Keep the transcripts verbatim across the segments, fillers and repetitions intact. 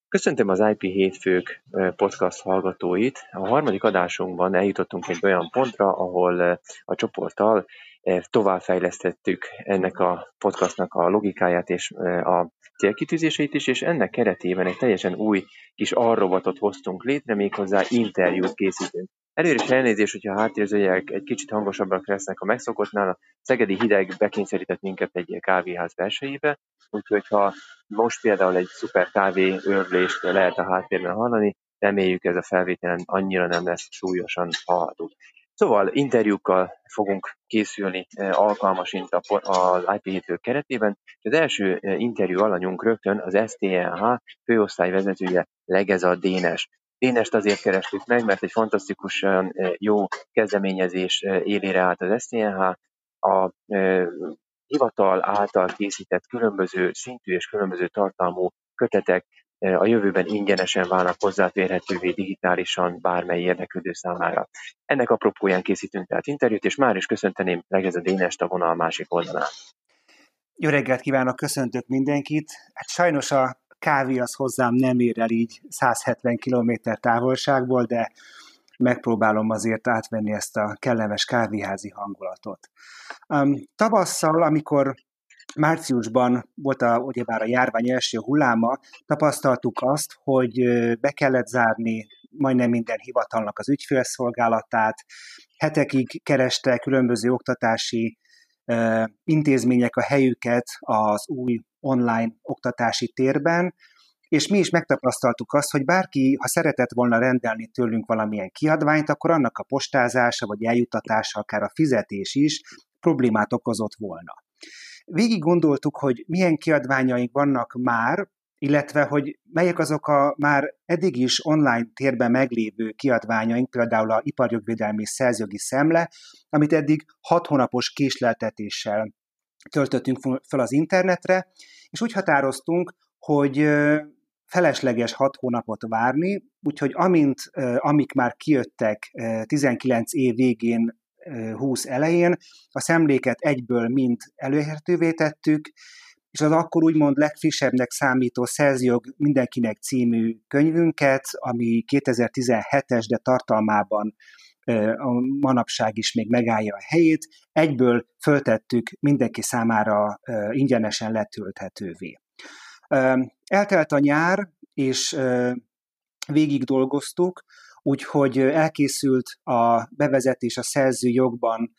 Köszöntöm az i pé Hétfők podcast hallgatóit. A harmadik adásunkban eljutottunk egy olyan pontra, ahol a csoporttal továbbfejlesztettük ennek a podcastnak a logikáját és a célkitűzéseit is, és ennek keretében egy teljesen új kis alrovatot hoztunk létre, méghozzá interjút készítünk. Előre is elnézést, hogyha a háttérzőjelek egy kicsit hangosabbak lesznek a megszokottnál, a szegedi hideg bekényszerített minket egy kávéház belsejébe, úgyhogy ha most például egy szuper kávé őrlést lehet a háttérben hallani, reméljük ez a felvételen annyira nem lesz súlyosan hallható. Szóval interjúkkal fogunk készülni alkalmasint az i pé Hétfők keretében, és az első interjú alanyunk rögtön az es té en há főosztályvezetője Legeza Dénes. Dénest azért kerestük meg, mert egy fantasztikusan jó kezdeményezés élére állt az es té en há. A hivatal által készített különböző szintű és különböző tartalmú kötetek a jövőben ingyenesen válnak hozzáférhetővé digitálisan bármely érdeklődő számára. Ennek apropóján készítünk tehát interjút, és már is köszönteném Legeza Dénest a vonal másik oldalán. Jó reggelt kívánok, köszöntök mindenkit. Hát sajnos a kávé az hozzám nem ér el így száz hetven kilométer távolságból, de megpróbálom azért átvenni ezt a kellemes kávéházi hangulatot. Um, tavasszal, amikor márciusban volt a, ugyebár a járvány első hulláma, tapasztaltuk azt, hogy be kellett zárni majdnem minden hivatalnak az ügyfélszolgálatát, hetekig kereste különböző oktatási uh, intézmények a helyüket az új online oktatási térben, és mi is megtapasztaltuk azt, hogy bárki, ha szeretett volna rendelni tőlünk valamilyen kiadványt, akkor annak a postázása vagy eljuttatása, akár a fizetés is problémát okozott volna. Végig gondoltuk, hogy milyen kiadványaink vannak már, illetve hogy melyek azok a már eddig is online térben meglévő kiadványaink, például a iparjogvédelmi szerzőjogi szemle, amit eddig hat hónapos késleltetéssel töltöttünk fel az internetre, és úgy határoztunk, hogy felesleges hat hónapot várni, úgyhogy amint, amik már kijöttek tizenkilenc év végén, húsz elején, a szemléket egyből mind elérhetővé tettük, és az akkor úgymond legfrissebbnek számító Szerzőjog mindenkinek című könyvünket, ami kétezer-tizenhetes, de tartalmában a manapság is még megállja a helyét, egyből föltettük mindenki számára ingyenesen letölthetővé. Eltelt a nyár, és végig dolgoztuk, úgyhogy elkészült a bevezetés a szerzőjogban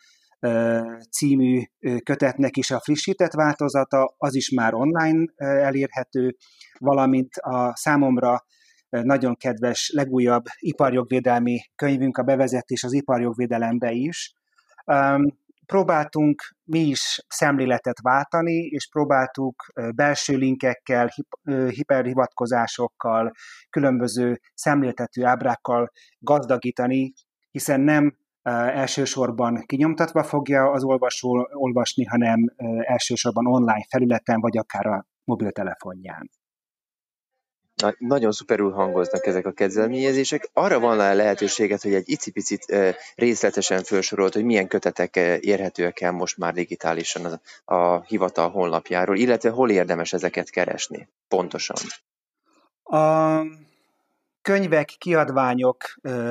című kötetnek is a frissített változata, az is már online elérhető, valamint a számomra nagyon kedves legújabb iparjogvédelmi könyvünk, a bevezetés az iparjogvédelembe is. Próbáltunk mi is szemléletet váltani, és próbáltuk belső linkekkel, hiperhivatkozásokkal, különböző szemléltető ábrákkal gazdagítani, hiszen nem elsősorban kinyomtatva fogja az olvasó olvasni, hanem elsősorban online felületen, vagy akár a mobiltelefonján. Na, nagyon szuperül hangoznak ezek a kezdeményezések. Arra van lehetőséget, hogy egy icipicit részletesen felsorolt, hogy milyen kötetek érhetőek el most már digitálisan a, a hivatal honlapjáról, illetve hol érdemes ezeket keresni pontosan? A könyvek, kiadványok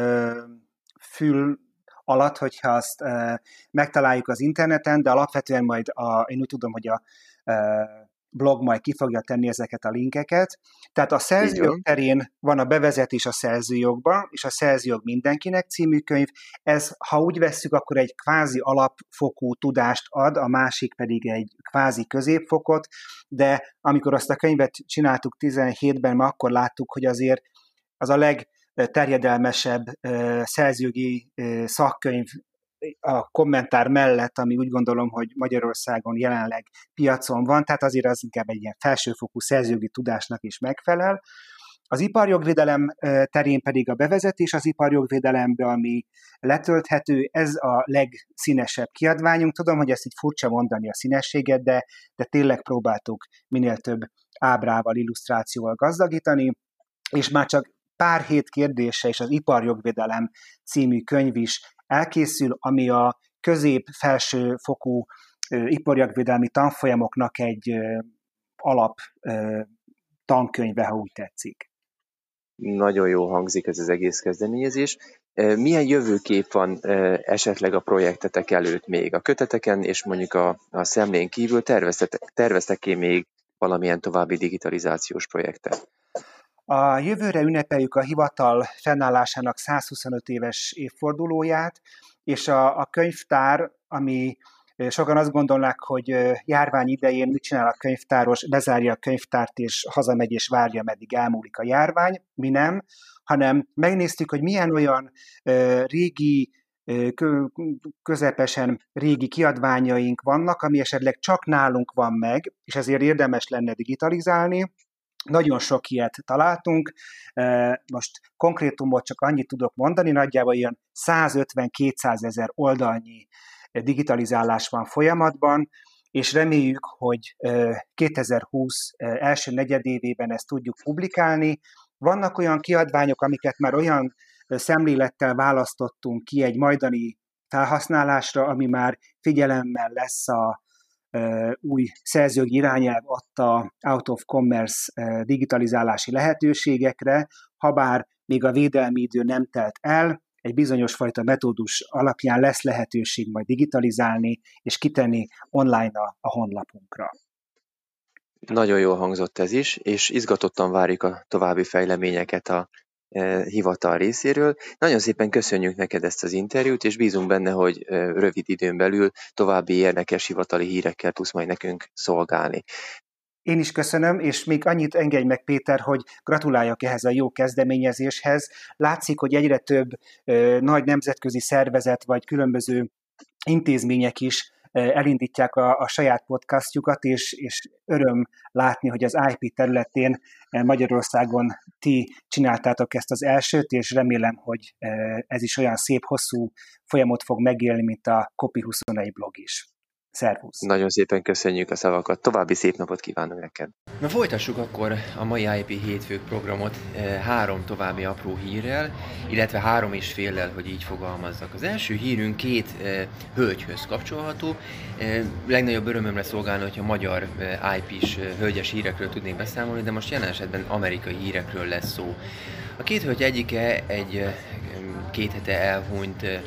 fül alatt, hogyha azt megtaláljuk az interneten, de alapvetően majd a, én úgy tudom, hogy a blog majd ki fogja tenni ezeket a linkeket. Tehát a szerzőjog terén van a bevezetés a szerzőjogba, és a Szerzőjog mindenkinek című könyv. Ez, ha úgy vesszük, akkor egy kvázi alapfokú tudást ad, a másik pedig egy kvázi középfokot, de amikor azt a könyvet csináltuk tizenhétben, akkor láttuk, hogy azért az a legterjedelmesebb szerzőjogi szakkönyv a kommentár mellett, ami úgy gondolom, hogy Magyarországon jelenleg piacon van, tehát azért az inkább egy ilyen felsőfokú szerzőjogi tudásnak is megfelel. Az iparjogvédelem terén pedig a bevezetés az iparjogvédelembe, ami letölthető, ez a legszínesebb kiadványunk. Tudom, hogy ezt így furcsa mondani a színességet, de, de tényleg próbáltuk minél több ábrával, illusztrációval gazdagítani, és már csak pár hét kérdése és az iparjogvédelem című könyv is elkészül, ami a közép-felső fokú iparjogvédelmi tanfolyamoknak egy alap tankönyve, ha úgy tetszik. Nagyon jó hangzik ez az egész kezdeményezés. Milyen jövőkép van esetleg a projektetek előtt még? A köteteken és mondjuk a, a szemlén kívül terveztek, terveztek-e még valamilyen további digitalizációs projektet? A jövőre ünnepeljük a hivatal fennállásának százhuszonöt éves évfordulóját, és a, a könyvtár, ami sokan azt gondolnák, hogy járvány idején mit csinál a könyvtáros, bezárja a könyvtárt, és hazamegy, és várja, meddig elmúlik a járvány. Mi nem, hanem megnéztük, hogy milyen olyan régi, közepesen régi kiadványaink vannak, ami esetleg csak nálunk van meg, és ezért érdemes lenne digitalizálni. Nagyon sok ilyet találtunk, most konkrétumot csak annyit tudok mondani, nagyjából ilyen százötven-kétszázezer oldalnyi digitalizálás van folyamatban, és reméljük, hogy kétezer-húsz első negyedévében ezt tudjuk publikálni. Vannak olyan kiadványok, amiket már olyan szemlélettel választottunk ki egy majdani felhasználásra, ami már figyelemmel lesz a új szerzőjogi irányelv adta out of commerce digitalizálási lehetőségekre, habár még a védelmi idő nem telt el, egy bizonyos fajta metódus alapján lesz lehetőség majd digitalizálni és kitenni online a, a honlapunkra. Nagyon jól hangzott ez is, és izgatottan várjuk a további fejleményeket a e, hivatal részéről. Nagyon szépen köszönjük neked ezt az interjút, és bízunk benne, hogy e, rövid időn belül további érdekes hivatali hírekkel tudsz majd nekünk szolgálni. Én is köszönöm, és még annyit engedj meg, Péter, hogy gratuláljak ehhez a jó kezdeményezéshez. Látszik, hogy egyre több ö, nagy nemzetközi szervezet vagy különböző intézmények is elindítják a, a saját podcastjukat, és, és öröm látni, hogy az i pé területén Magyarországon ti csináltátok ezt az elsőt, és remélem, hogy ez is olyan szép, hosszú folyamot fog megélni, mint a Copy huszonegy blog is. Szervusz! Nagyon szépen köszönjük a szavakat, további szép napot kívánok neked! Na folytassuk akkor a mai i pé hétfők programot három további apró hírrel, illetve három és féllel, hogy így fogalmazzak. Az első hírünk két eh, hölgyhöz kapcsolható. Eh, legnagyobb örömömre szolgálna, hogyha magyar eh, i pés eh, hölgyes hírekről tudnék beszámolni, de most jelen esetben amerikai hírekről lesz szó. A két hölgy egyike egy eh, két hete elhunyt eh,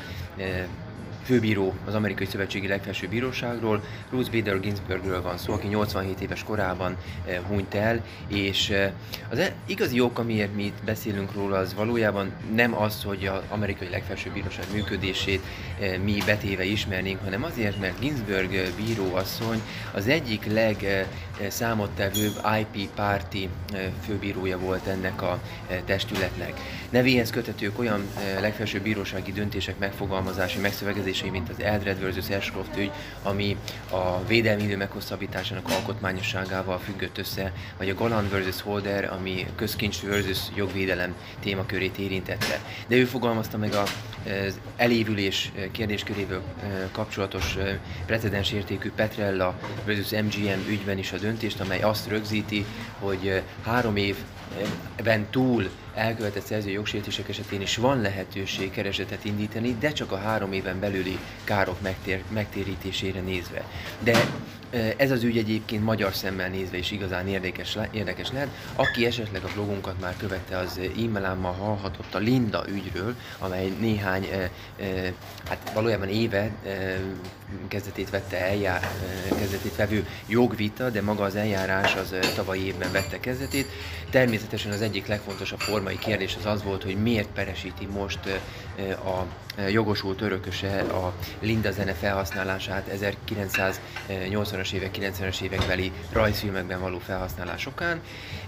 főbíró az Amerikai Szövetségi Legfelsőbb Bíróságról, Ruth Bader Ginsburgről van szó, aki nyolcvanhét éves korában eh, hunyt el, és eh, az igazi ok, amiért mi itt beszélünk róla, az valójában nem az, hogy az Amerikai Legfelsőbb Bíróság működését eh, mi betéve ismernénk, hanem azért, mert Ginsburg eh, bíróasszony az egyik legszámottevőbb i pé párti eh, főbírója volt ennek a eh, testületnek. Nevéhez köthetők olyan eh, legfelsőbb bírósági döntések megfogalmazási, megszövegezési, mint az Eldred versus Ashcroft ügy, ami a védelmi idő meghosszabbításának alkotmányosságával függött össze, vagy a Golan versus Holder, ami közkincs versus jogvédelem témakörét érintette. De ő fogalmazta meg az elévülés kérdéskörével kapcsolatos precedens értékű Petrella versus em gé em ügyben is a döntést, amely azt rögzíti, hogy három évben túl elkövetett szerzői jogsértések esetén is van lehetőség keresetet indítani, de csak a három éven belüli károk megtér, megtérítésére nézve. De ez az ügy egyébként magyar szemmel nézve is igazán érdekes, érdekes lehet. Aki esetleg a blogunkat már követte, az e-mailámmal hallhatott a Linda ügyről, amely néhány, hát valójában éve kezdetét vette eljár, kezdetét vevő jogvita, de maga az eljárás az tavalyi évben vette kezdetét. Természetesen az egyik legfontosabb formai kérdés az az volt, hogy miért peresíti most a jogosult örököse a Linda zene felhasználását ezerkilencszáznyolcvanas évek, kilencvenes évekbeli rajzfilmekben való felhasználásokán.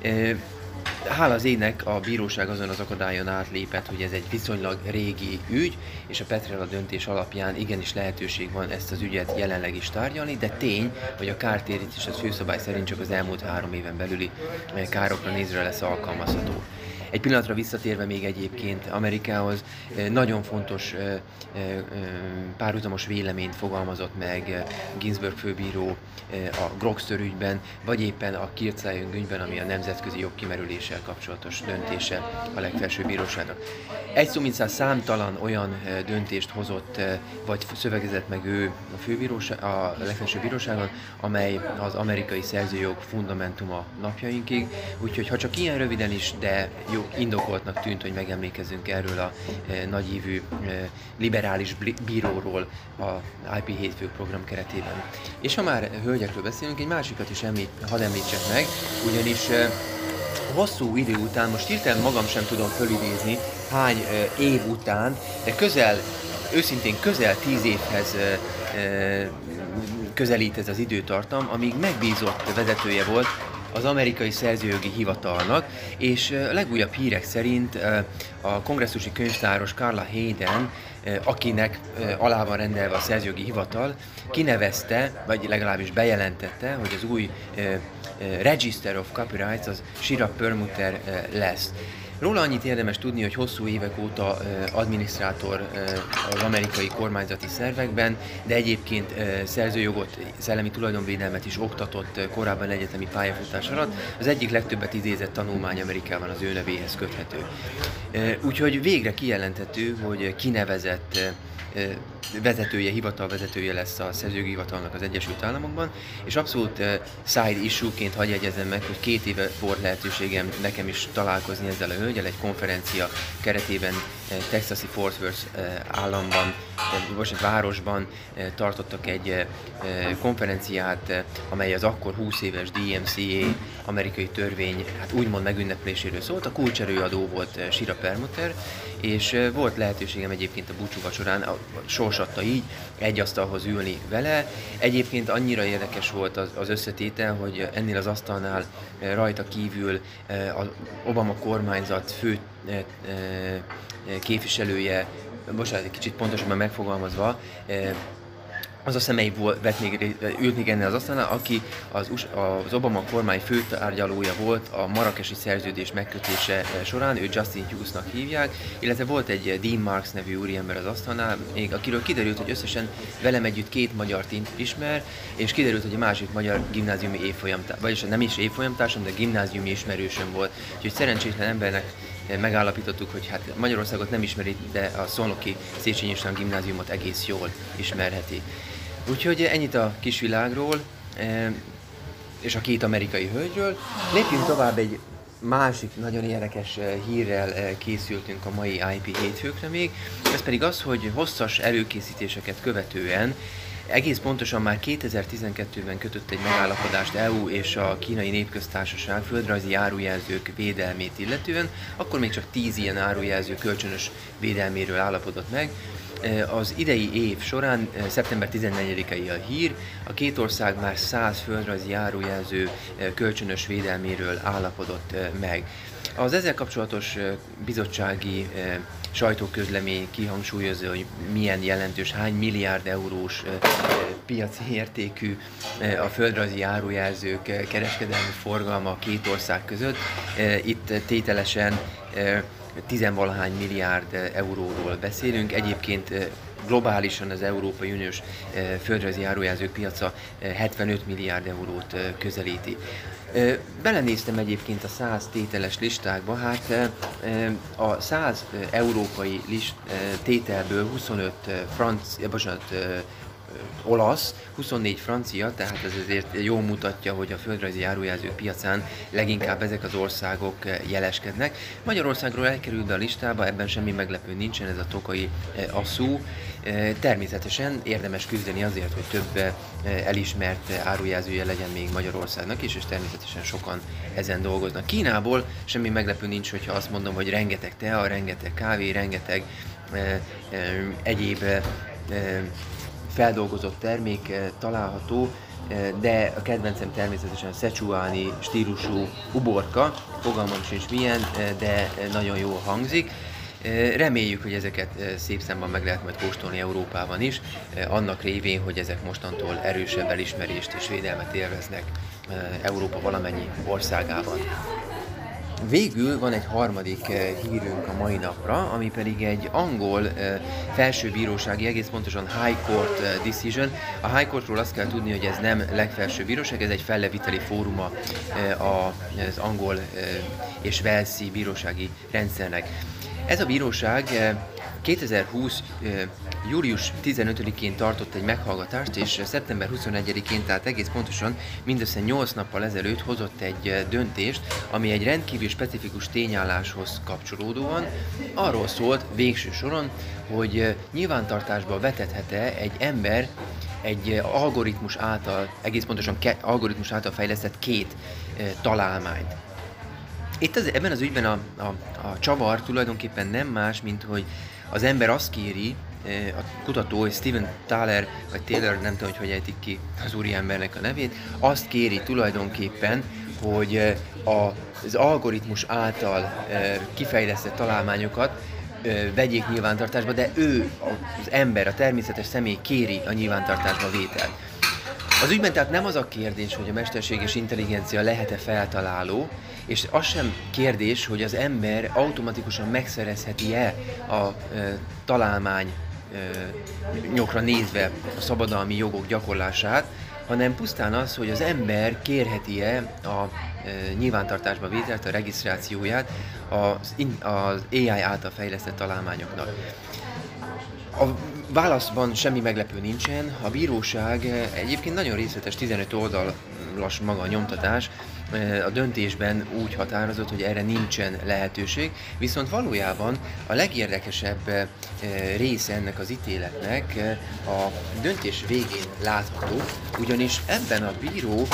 Hála az égnek a bíróság azon az akadályon átlépett, hogy ez egy viszonylag régi ügy, és a Petrella döntés alapján igenis lehetőség van ezt az ügyet jelenleg is tárgyalni, de tény, hogy a kártérítés az főszabály szerint csak az elmúlt három éven belüli károkra nézve lesz alkalmazható. Egy pillanatra visszatérve még egyébként Amerikához, nagyon fontos párhuzamos véleményt fogalmazott meg Ginsburg főbíró a Grokster ügyben, vagy éppen a Kirtsaeng ügyben, ami a nemzetközi jogkimerüléssel kapcsolatos döntése a legfelsőbb bíróságnak. Egy szó mint száz számtalan olyan döntést hozott, vagy szövegezett meg ő a, főbíróság, a legfelsőbb bíróságon, amely az amerikai szerzőjog fundamentuma napjainkig, úgyhogy ha csak ilyen röviden is, de jó indokoltnak tűnt, hogy megemlékezzünk erről a nagyívű liberális bíróról a i pé Hétfők program keretében. És ha már hölgyekről beszélünk, egy másikat is említ, hadd említsek meg, ugyanis hosszú idő után, most hirtelen magam sem tudom fölidézni hány év után, de közel, őszintén közel tíz évhez közelít ez az időtartam, amíg megbízott vezetője volt az amerikai szerzőjogi hivatalnak, és a legújabb hírek szerint a kongresszusi könyvtáros Carla Hayden, akinek alá van rendelve a szerzőjogi hivatal, kinevezte, vagy legalábbis bejelentette, hogy az új Register of Copyrights az Shira Perlmutter lesz. Róla annyit érdemes tudni, hogy hosszú évek óta adminisztrátor az amerikai kormányzati szervekben, de egyébként szerzőjogot, szellemi tulajdonvédelmet is oktatott korábban egyetemi pályafutás alatt. Az egyik legtöbbet idézett tanulmány Amerikában az ő nevéhez köthető. Úgyhogy végre kijelenthető, hogy kinevezett vezetője, hivatalvezetője lesz a szerzőjogi hivatalnak az Egyesült Államokban, és abszolút uh, side issue-ként hadd jegyezzem meg, hogy két éve volt lehetőségem nekem is találkozni ezzel a hölgyel, egy konferencia keretében uh, Texasi Fort Worth uh, államban, uh, vagy városban uh, tartottak egy uh, konferenciát, uh, amely az akkor húsz éves dé em cé á amerikai törvény, hát úgymond megünnepléséről szólt. A kulcserőadó volt uh, Shira Perlmutter, és uh, volt lehetőségem egyébként a búcsúvacsorán, a sorsatta így, egy asztalhoz ülni vele. Egyébként annyira érdekes volt az, az összetétel, hogy ennél az asztalnál rajta kívül az Obama kormányzat fő képviselője, bocsánat, egy kicsit pontosabban megfogalmazva, az a személy vett még, ült még ennél az asztalnál, aki az, az Obama kormány főtárgyalója volt a marakesi szerződés megkötése során, ő Justin Hughesnak hívják, illetve volt egy Dean Marks nevű úriember az asztalnál, még akiről kiderült, hogy összesen velem együtt két magyart ismer, és kiderült, hogy a másik magyar gimnáziumi évfolyamtárs, vagyis nem is évfolyamtársam, de gimnáziumi ismerősöm volt. Úgyhogy szerencsétlen embernek megállapítottuk, hogy hát Magyarországot nem ismeri, de a szolnoki Széchenyi István gimnáziumot egész jól ismerheti. Úgyhogy ennyit a kisvilágról és a két amerikai hölgyről. Lépjünk tovább, egy másik nagyon érdekes hírrel készültünk a mai i pé Hétfőkre még. Ez pedig az, hogy hosszas előkészítéseket követően egész pontosan már kétezer-tizenkettőben kötött egy megállapodást é u és a Kínai Népköztársaság földrajzi árujelzők védelmét illetően, akkor még csak tíz ilyen árujelző kölcsönös védelméről állapodott meg. Az idei év során, szeptember tizennegyedikei a hír, a két ország már száz földrajzi árujelző kölcsönös védelméről állapodott meg. Az ezzel kapcsolatos bizottsági sajtóközlemény kihangsúlyozza, hogy milyen jelentős, hány milliárd eurós piaci értékű a földrajzi árujelzők kereskedelmi forgalma a két ország között. Itt tételesen tizenvalahány milliárd euróról beszélünk. Egyébként globálisan az Európai Uniós földrajzi árujelzők piaca hetvenöt milliárd eurót közelíti. Belenéztem egyébként a száz tételes listákba, hát a száz európai list, tételből huszonöt francia, bocsánat, olasz, huszonnégy francia, tehát ez azért jó mutatja, hogy a földrajzi árujelzők piacán leginkább ezek az országok jeleskednek. Magyarországról elkerül be a listába, ebben semmi meglepő nincsen, ez a tokai asszú. Természetesen érdemes küzdeni azért, hogy több elismert árujelzője legyen még Magyarországnak is, és természetesen sokan ezen dolgoznak. Kínából semmi meglepő nincs, hogyha azt mondom, hogy rengeteg tea, rengeteg kávé, rengeteg egyéb feldolgozott termék található, de a kedvencem természetesen szecsuáni stílusú uborka, fogalmam sincs milyen, de nagyon jól hangzik. Reméljük, hogy ezeket szép számban meg lehet majd kóstolni Európában is, annak révén, hogy ezek mostantól erősebb elismerést és védelmet élveznek Európa valamennyi országában. Végül van egy harmadik hírünk a mai napra, ami pedig egy angol felsőbírósági, egész pontosan High Court decision. A High Courtról azt kell tudni, hogy ez nem legfelsőbb bíróság, ez egy felleviteli fóruma az angol és walesi bírósági rendszernek. Ez a bíróság kétezer-húsz július tizenötödikén tartott egy meghallgatást, és szeptember huszonegyedikén, tehát egész pontosan mindössze nyolc nappal ezelőtt hozott egy döntést, ami egy rendkívül specifikus tényálláshoz kapcsolódóan arról szólt végső soron, hogy nyilvántartásba vetethet-e egy ember egy algoritmus által, egész pontosan ke, algoritmus által fejlesztett két e, találmányt. Itt az, ebben az ügyben a, a, a csavar tulajdonképpen nem más, mint hogy az ember azt kéri, a kutató, Steven Thaler, vagy Taylor, nem tudom, hogy hogy ejtik ki az úriembernek a nevét, azt kéri tulajdonképpen, hogy az algoritmus által kifejlesztett találmányokat vegyék nyilvántartásba, de ő, az ember, a természetes személy kéri a nyilvántartásba vételt. Az ügyben tehát nem az a kérdés, hogy a mesterséges intelligencia lehet-e feltaláló, és az sem kérdés, hogy az ember automatikusan megszerezheti-e a e, találmány e, nyokra nézve a szabadalmi jogok gyakorlását, hanem pusztán az, hogy az ember kérheti-e a e, nyilvántartásba vételt, a regisztrációját az, az á i által fejlesztett találmányoknak. A válaszban semmi meglepő nincsen, a bíróság egyébként nagyon részletes, tizenöt oldalas maga a nyomtatás, a döntésben úgy határozott, hogy erre nincsen lehetőség, viszont valójában a legérdekesebb része ennek az ítéletnek a döntés végén látható, ugyanis ebben a bíró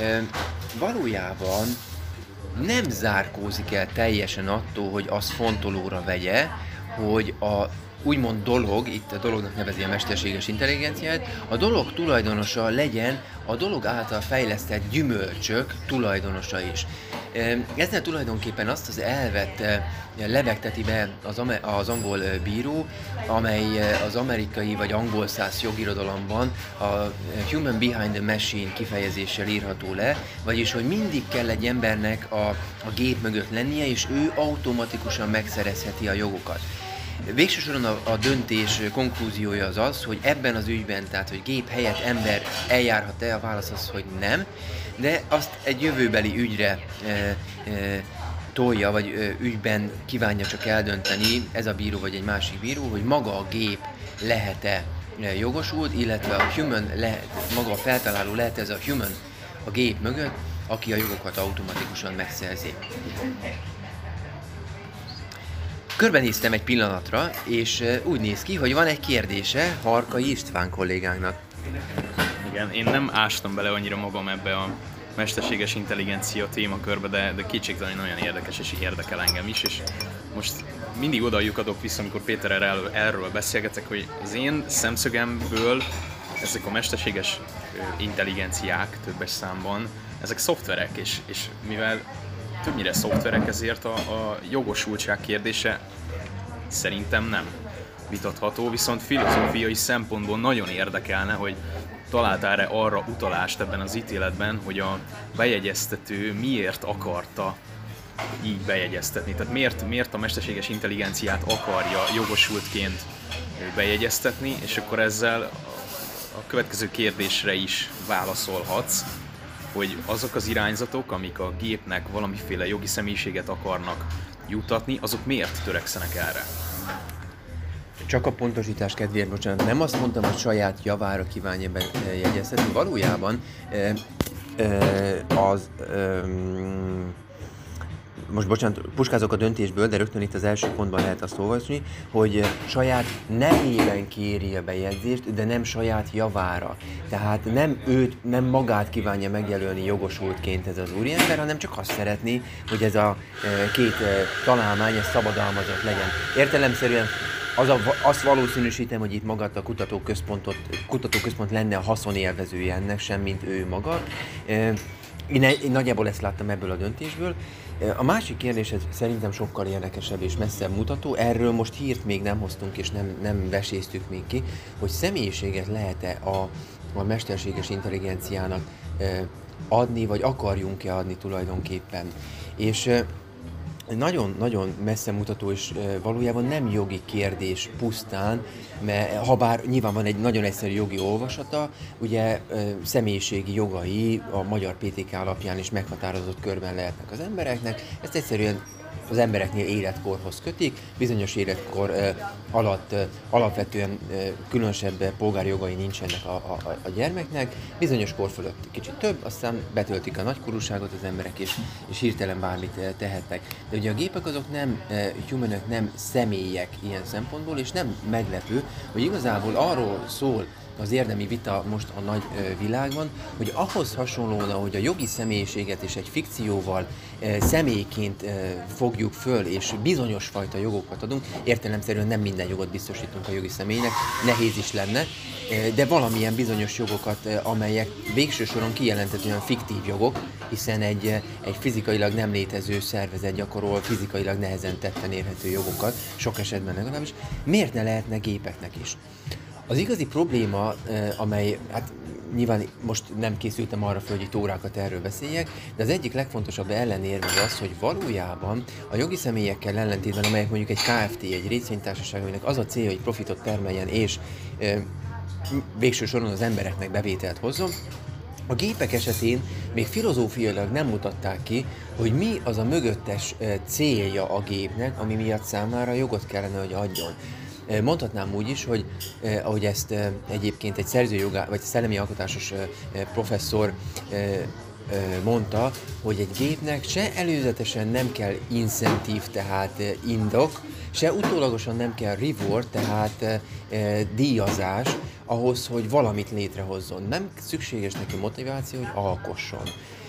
valójában nem zárkózik el teljesen attól, hogy az fontolóra vegye, hogy a úgymond dolog, itt a dolognak nevezi a mesterséges intelligenciát, a dolog tulajdonosa legyen a dolog által fejlesztett gyümölcsök tulajdonosa is. Ezzel tulajdonképpen azt az elvet lebegteti be az, az angol bíró, amely az amerikai vagy angol száz jogirodalomban a human behind the machine kifejezéssel írható le, vagyis hogy mindig kell egy embernek a, a gép mögött lennie, és ő automatikusan megszerezheti a jogokat. Végső soron a, a döntés konklúziója az az, hogy ebben az ügyben, tehát hogy gép helyett ember eljárhat-e, a válasz az, hogy nem, de azt egy jövőbeli ügyre e, e, tolja, vagy e, ügyben kívánja csak eldönteni ez a bíró vagy egy másik bíró, hogy maga a gép lehet-e jogosult, illetve a human lehet, maga a feltaláló lehet ez a human a gép mögött, aki a jogokat automatikusan megszerzi. Körbenéztem egy pillanatra, és úgy néz ki, hogy van egy kérdése Harkai István kollégánknak. Igen, én nem ástam bele annyira magam ebbe a mesterséges intelligencia témakörbe, de, de kétségtelen nagyon érdekes és érdekel engem is, és most mindig oda lyukadok vissza, amikor Péter erről, erről beszélgetek, hogy az én szemszögemből ezek a mesterséges intelligenciák többes számban, ezek szoftverek, és, és mivel többnyire szoftverek, ezért a, a jogosultság kérdése szerintem nem vitatható, viszont filozófiai szempontból nagyon érdekelne, hogy találtál-e arra utalást ebben az ítéletben, hogy a bejegyeztető miért akarta így bejegyeztetni. Tehát miért, miért a mesterséges intelligenciát akarja jogosultként bejegyeztetni, és akkor ezzel a következő kérdésre is válaszolhatsz, hogy azok az irányzatok, amik a gépnek valamiféle jogi személyiséget akarnak jutatni, azok miért törekszenek erre? Csak a pontosítás kedvéért, bocsánat, nem azt mondtam, hogy saját javára kívánja bejegyeztetni. Valójában az... Most bocsánat, puskázok a döntésből, de rögtön itt az első pontban lehet azt olvasni, hogy saját nevében kéri a bejegyzést, de nem saját javára. Tehát nem őt, nem magát kívánja megjelölni jogosultként ez az úriember, hanem csak azt szeretné, hogy ez a két találmány ez szabadalmazott legyen. Értelemszerűen az a, azt valószínűsítem, hogy itt magát a kutatóközpontot, kutatóközpont lenne a haszonélvezője ennek, sem mint ő maga. Én, én nagyjából ezt láttam ebből a döntésből. A másik kérdés ez szerintem sokkal érdekesebb és messzebb mutató, erről most hírt még nem hoztunk és nem, nem veséztük még ki, hogy személyiséget lehet-e a, a mesterséges intelligenciának adni, vagy akarjunk-e adni tulajdonképpen. És nagyon-nagyon messze mutató és valójában nem jogi kérdés pusztán, mert habár nyilván van egy nagyon egyszerű jogi olvasata, ugye személyiségi jogai a magyar pé té ká alapján is meghatározott körben lehetnek az embereknek, ezt egyszerűen az embereknél életkorhoz kötik, bizonyos életkor alatt alapvetően különösebb polgári jogai nincsenek a, a, a gyermeknek, bizonyos kor fölött kicsit több, aztán betöltik a nagykorúságot az emberek, és, és hirtelen bármit tehetnek. De ugye a gépek azok nem humanok, nem személyek ilyen szempontból, és nem meglepő, hogy igazából arról szól az érdemi vita most a nagy ö, világban, hogy ahhoz hasonlóan, hogy a jogi személyiséget és egy fikcióval ö, személyként ö, fogjuk föl, és bizonyos fajta jogokat adunk, értelemszerűen nem minden jogot biztosítunk a jogi személynek, nehéz is lenne, ö, de valamilyen bizonyos jogokat, ö, amelyek végső soron kijelentetően fiktív jogok, hiszen egy, egy fizikailag nem létező szervezet gyakorol fizikailag nehezen tetten érhető jogokat, sok esetben legalábbis, miért ne lehetne gépeknek is? Az igazi probléma, amely, hát nyilván most nem készültem arra föl, hogy itt órákat erről beszéljek, de az egyik legfontosabb ellenérve az, hogy valójában a jogi személyekkel ellentétben, amelyek mondjuk egy ká ef té, egy részvénytársaság, aminek az a célja, hogy profitot termeljen és e, végső soron az embereknek bevételt hozzon, a gépek esetén még filozófiailag nem mutatták ki, hogy mi az a mögöttes célja a gépnek, ami miatt számára jogot kellene, hogy adjon. Mondhatnám úgy is, hogy eh, ahogy ezt eh, egyébként egy szerzőjogá, vagy szellemi alkotásos eh, professzor eh, eh, mondta, hogy egy gépnek se előzetesen nem kell incentív, tehát eh, indok, se utólagosan nem kell reward, tehát eh, eh, díjazás ahhoz, hogy valamit létrehozzon. Nem szükséges neki motiváció, hogy alkosson.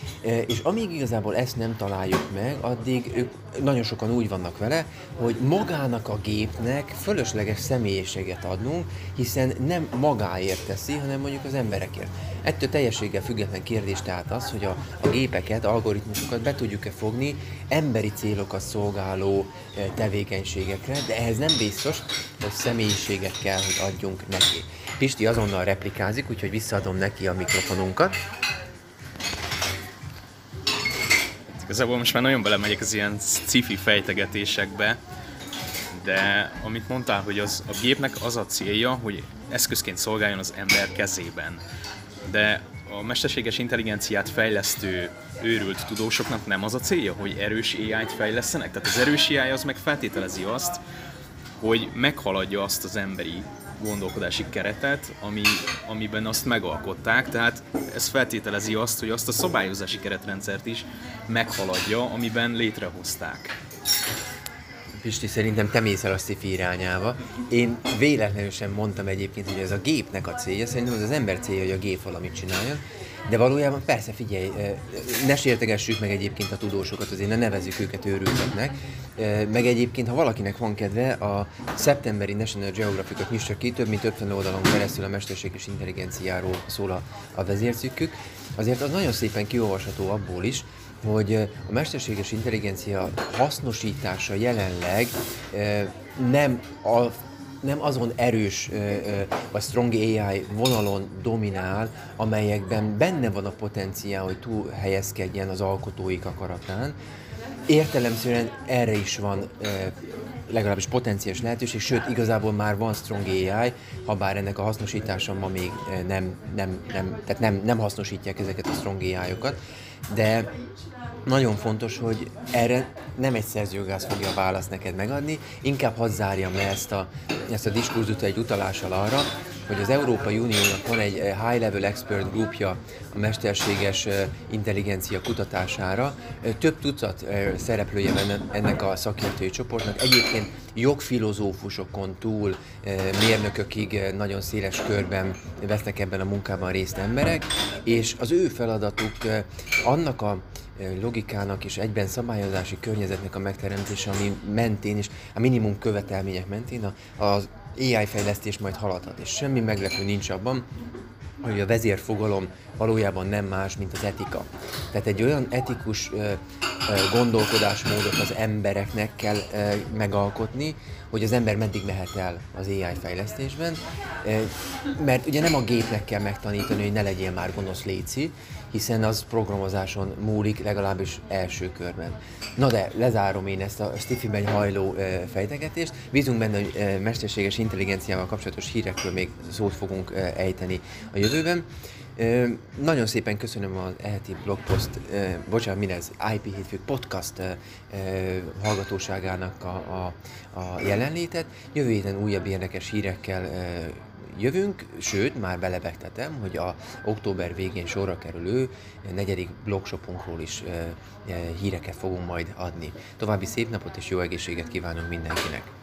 És amíg igazából ezt nem találjuk meg, addig ők nagyon sokan úgy vannak vele, hogy magának a gépnek fölösleges személyiséget adnunk, hiszen nem magáért teszi, hanem mondjuk az emberekért. Ettől teljességgel független kérdés tehát az, hogy a, a gépeket, algoritmusokat be tudjuk-e fogni emberi célokat szolgáló tevékenységekre, de ehhez nem biztos, hogy személyiséget kell, hogy adjunk neki. Pisti azonnal replikázik, úgyhogy visszaadom neki a mikrofonunkat. Igazából most már nagyon belemegyek az ilyen sci-fi fejtegetésekbe, de amit mondtál, hogy az, a gépnek az a célja, hogy eszközként szolgáljon az ember kezében. De a mesterséges intelligenciát fejlesztő őrült tudósoknak nem az a célja, hogy erős á í-t fejlesztenek? Tehát az erős á í az meg feltételezi azt, hogy meghaladja azt az emberi gondolkodási keretet, ami, amiben azt megalkották, tehát ez feltételezi azt, hogy azt a szabályozási keretrendszert is meghaladja, amiben létrehozták. Pisti, szerintem te mész el a sci-fi irányába. Én véletlenül sem mondtam egyébként, hogy ez a gépnek a célja, szerintem az az ember célja, hogy a gép valamit csináljon. De valójában persze figyelj, ne sértegessük meg egyébként a tudósokat, azért ne nevezzük őket őrülteknek. Meg egyébként, ha valakinek van kedve, a szeptemberi National Geographicot nyissa ki, több mint ötven oldalon keresztül a mesterséges intelligenciáról szól a, a vezércikkük. Azért az nagyon szépen kiolvasható abból is, hogy a mesterséges intelligencia hasznosítása jelenleg nem a nem azon erős vagy strong á í vonalon dominál, amelyekben benne van a potenciál, hogy túl helyezkedjen az alkotóik akaratán. Értelemszerűen erre is van legalábbis potenciális lehetőség, sőt, igazából már van strong á í, ha bár ennek a hasznosítása ma még nem, nem, nem, tehát nem, nem hasznosítják ezeket a strong á í-okat, de nagyon fontos, hogy erre nem egy szerzőjogász fogja a választ neked megadni, inkább hadd zárjam le ezt a, ezt a diskurzust egy utalással arra, hogy az Európai Uniónak van egy High Level Expert Groupja a mesterséges intelligencia kutatására. Több tucat szereplője van ennek a szakértői csoportnak. Egyébként jogfilozófusokon túl mérnökökig nagyon széles körben vesznek ebben a munkában részt emberek, és az ő feladatuk annak a logikának és egyben szabályozási környezetnek a megteremtése, ami mentén és a minimum követelmények mentén az á í fejlesztés majd haladhat, és semmi meglepő nincs abban, hogy a vezérfogalom valójában nem más, mint az etika. Tehát egy olyan etikus ö, ö, gondolkodásmódot az embereknek kell ö, megalkotni, hogy az ember meddig mehet el az á í fejlesztésben, ö, mert ugye nem a gépnek kell megtanítani, hogy ne legyél már gonosz léci, hiszen az programozáson múlik legalábbis első körben. Na de lezárom én ezt a sci-fiben hajló e, fejtegetést. Bízunk benne, hogy e, mesterséges intelligenciával kapcsolatos hírekről még szót fogunk e, ejteni a jövőben. Nagyon szépen köszönöm az e-heti blogpost, bocsánat, mi ez, i pé Hétfők podcast hallgatóságának a, a, a jelenlétet. Jövő héten újabb érdekes hírekkel jövünk, sőt, már belebegtetem, hogy a október végén sorra kerülő negyedik blogshopunkról is híreket fogunk majd adni. További szép napot és jó egészséget kívánunk mindenkinek!